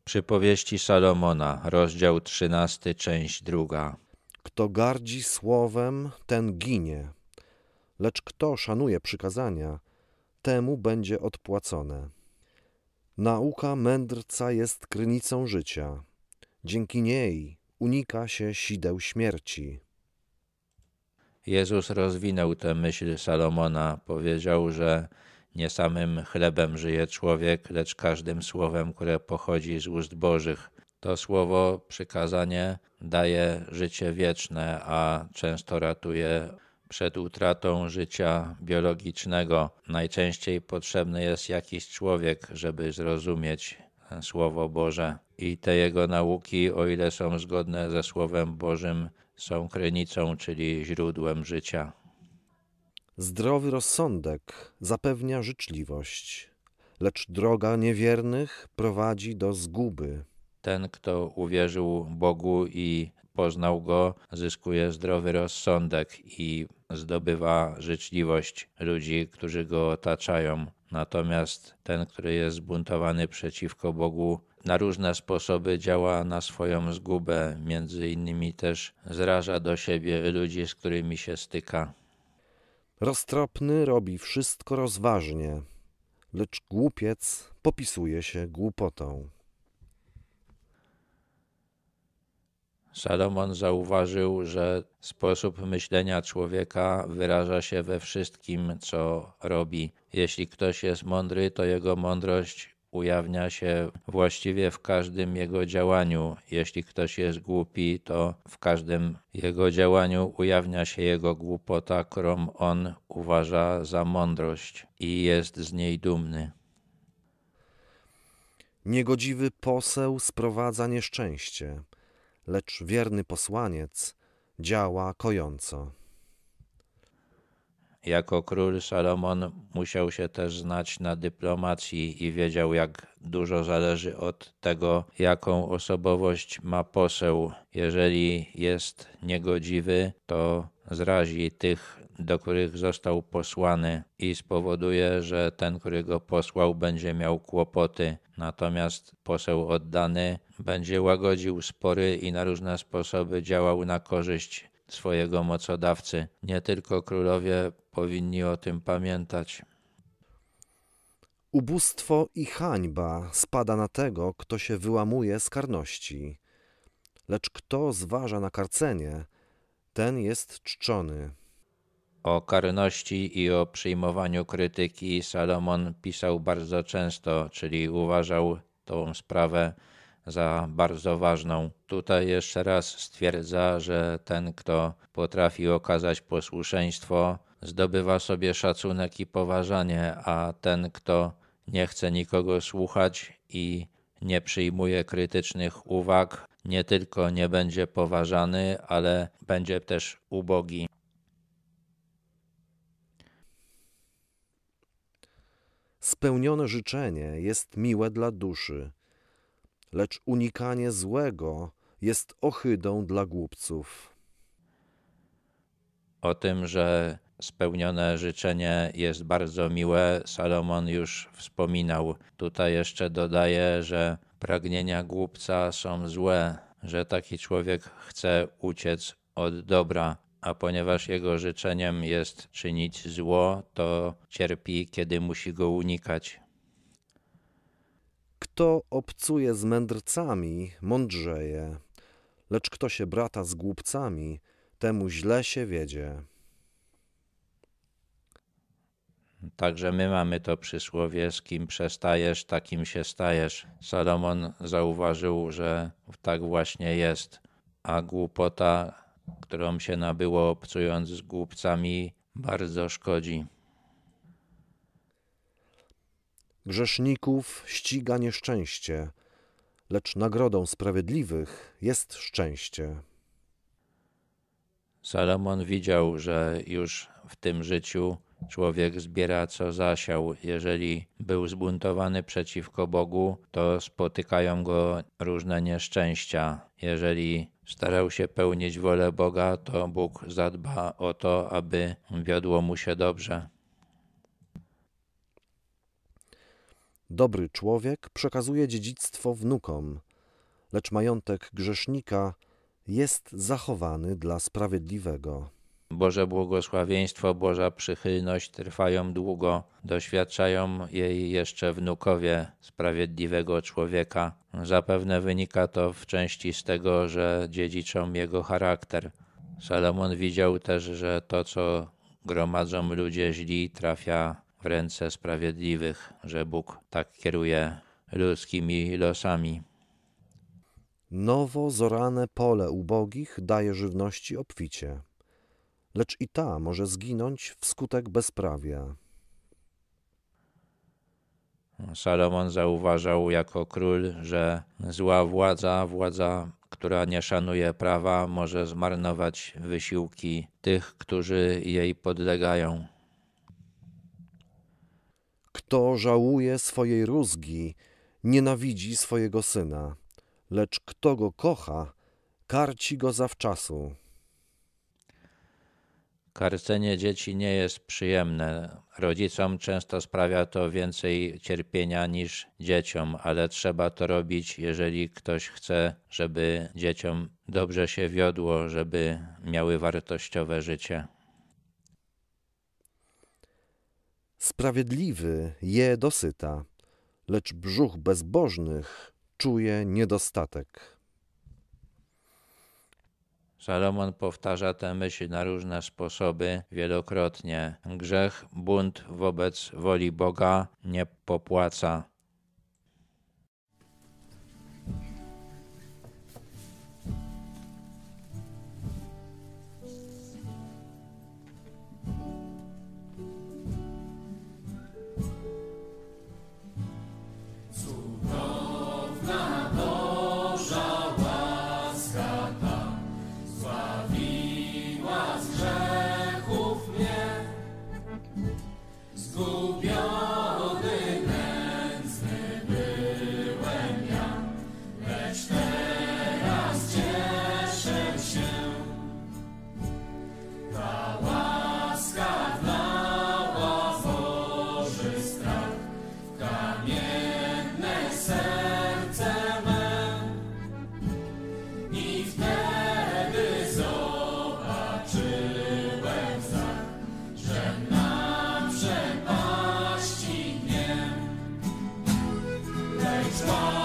Przypowieści Salomona, rozdział 13, część 2. Kto gardzi słowem, ten ginie, lecz kto szanuje przykazania, temu będzie odpłacone. Nauka mędrca jest krynicą życia. Dzięki niej unika się sideł śmierci. Jezus rozwinął tę myśl Salomona. Powiedział, że nie samym chlebem żyje człowiek, lecz każdym słowem, które pochodzi z ust Bożych. To słowo, przykazanie, daje życie wieczne, a często ratuje przed utratą życia biologicznego. Najczęściej potrzebny jest jakiś człowiek, żeby zrozumieć Słowo Boże. I te jego nauki, o ile są zgodne ze Słowem Bożym, są krynicą, czyli źródłem życia. Zdrowy rozsądek zapewnia życzliwość, lecz droga niewiernych prowadzi do zguby. Ten, kto uwierzył Bogu i poznał Go, zyskuje zdrowy rozsądek i zdobywa życzliwość ludzi, którzy Go otaczają. Natomiast ten, który jest zbuntowany przeciwko Bogu, na różne sposoby działa na swoją zgubę. Między innymi też zraża do siebie ludzi, z którymi się styka. Roztropny robi wszystko rozważnie, lecz głupiec popisuje się głupotą. Salomon zauważył, że sposób myślenia człowieka wyraża się we wszystkim, co robi. Jeśli ktoś jest mądry, to jego mądrość ujawnia się właściwie w każdym jego działaniu. Jeśli ktoś jest głupi, to w każdym jego działaniu ujawnia się jego głupota, którą on uważa za mądrość i jest z niej dumny. Niegodziwy poseł sprowadza nieszczęście, lecz wierny posłaniec działa kojąco. Jako król Salomon musiał się też znać na dyplomacji i wiedział, jak dużo zależy od tego, jaką osobowość ma poseł. Jeżeli jest niegodziwy, to zrazi tych, do których został posłany i spowoduje, że ten, który go posłał, będzie miał kłopoty. Natomiast poseł oddany będzie łagodził spory i na różne sposoby działał na korzyść swojego mocodawcy. Nie tylko królowie powinni o tym pamiętać. Ubóstwo i hańba spada na tego, kto się wyłamuje z karności, lecz kto zważa na karcenie, ten jest czczony. O karności i o przyjmowaniu krytyki Salomon pisał bardzo często, czyli uważał tą sprawę za bardzo ważną. Tutaj jeszcze raz stwierdza, że ten, kto potrafi okazać posłuszeństwo, zdobywa sobie szacunek i poważanie, a ten, kto nie chce nikogo słuchać i nie przyjmuje krytycznych uwag, nie tylko nie będzie poważany, ale będzie też ubogi. Spełnione życzenie jest miłe dla duszy, lecz unikanie złego jest ohydą dla głupców. O tym, że spełnione życzenie jest bardzo miłe, Salomon już wspominał. Tutaj jeszcze dodaje, że pragnienia głupca są złe, że taki człowiek chce uciec od dobra, a ponieważ jego życzeniem jest czynić zło, to cierpi, kiedy musi go unikać. Kto obcuje z mędrcami, mądrzeje, lecz kto się brata z głupcami, temu źle się wiedzie. Także my mamy to przysłowie, z kim przestajesz, takim się stajesz. Salomon zauważył, że tak właśnie jest, a głupota, którą się nabyło obcując z głupcami, bardzo szkodzi. Grzeszników ściga nieszczęście, lecz nagrodą sprawiedliwych jest szczęście. Salomon widział, że już w tym życiu człowiek zbiera co zasiał. Jeżeli był zbuntowany przeciwko Bogu, to spotykają go różne nieszczęścia. Jeżeli starał się pełnić wolę Boga, to Bóg zadba o to, aby wiodło mu się dobrze. Dobry człowiek przekazuje dziedzictwo wnukom, lecz majątek grzesznika jest zachowany dla sprawiedliwego. Boże błogosławieństwo, Boża przychylność trwają długo, doświadczają jej jeszcze wnukowie sprawiedliwego człowieka. Zapewne wynika to w części z tego, że dziedziczą jego charakter. Salomon widział też, że to, co gromadzą ludzie źli, trafia w ręce sprawiedliwych, że Bóg tak kieruje ludzkimi losami. Nowo zorane pole ubogich daje żywności obficie, lecz i ta może zginąć wskutek bezprawia. Salomon zauważał jako król, że zła władza, która nie szanuje prawa, może zmarnować wysiłki tych, którzy jej podlegają. Kto żałuje swojej rózgi, nienawidzi swojego syna, lecz kto go kocha, karci go zawczasu. Karcenie dzieci nie jest przyjemne. Rodzicom często sprawia to więcej cierpienia niż dzieciom, ale trzeba to robić, jeżeli ktoś chce, żeby dzieciom dobrze się wiodło, żeby miały wartościowe życie. Sprawiedliwy je dosyta, lecz brzuch bezbożnych czuje niedostatek. Salomon powtarza tę myśl na różne sposoby wielokrotnie. Grzech, bunt wobec woli Boga nie popłaca. Stop.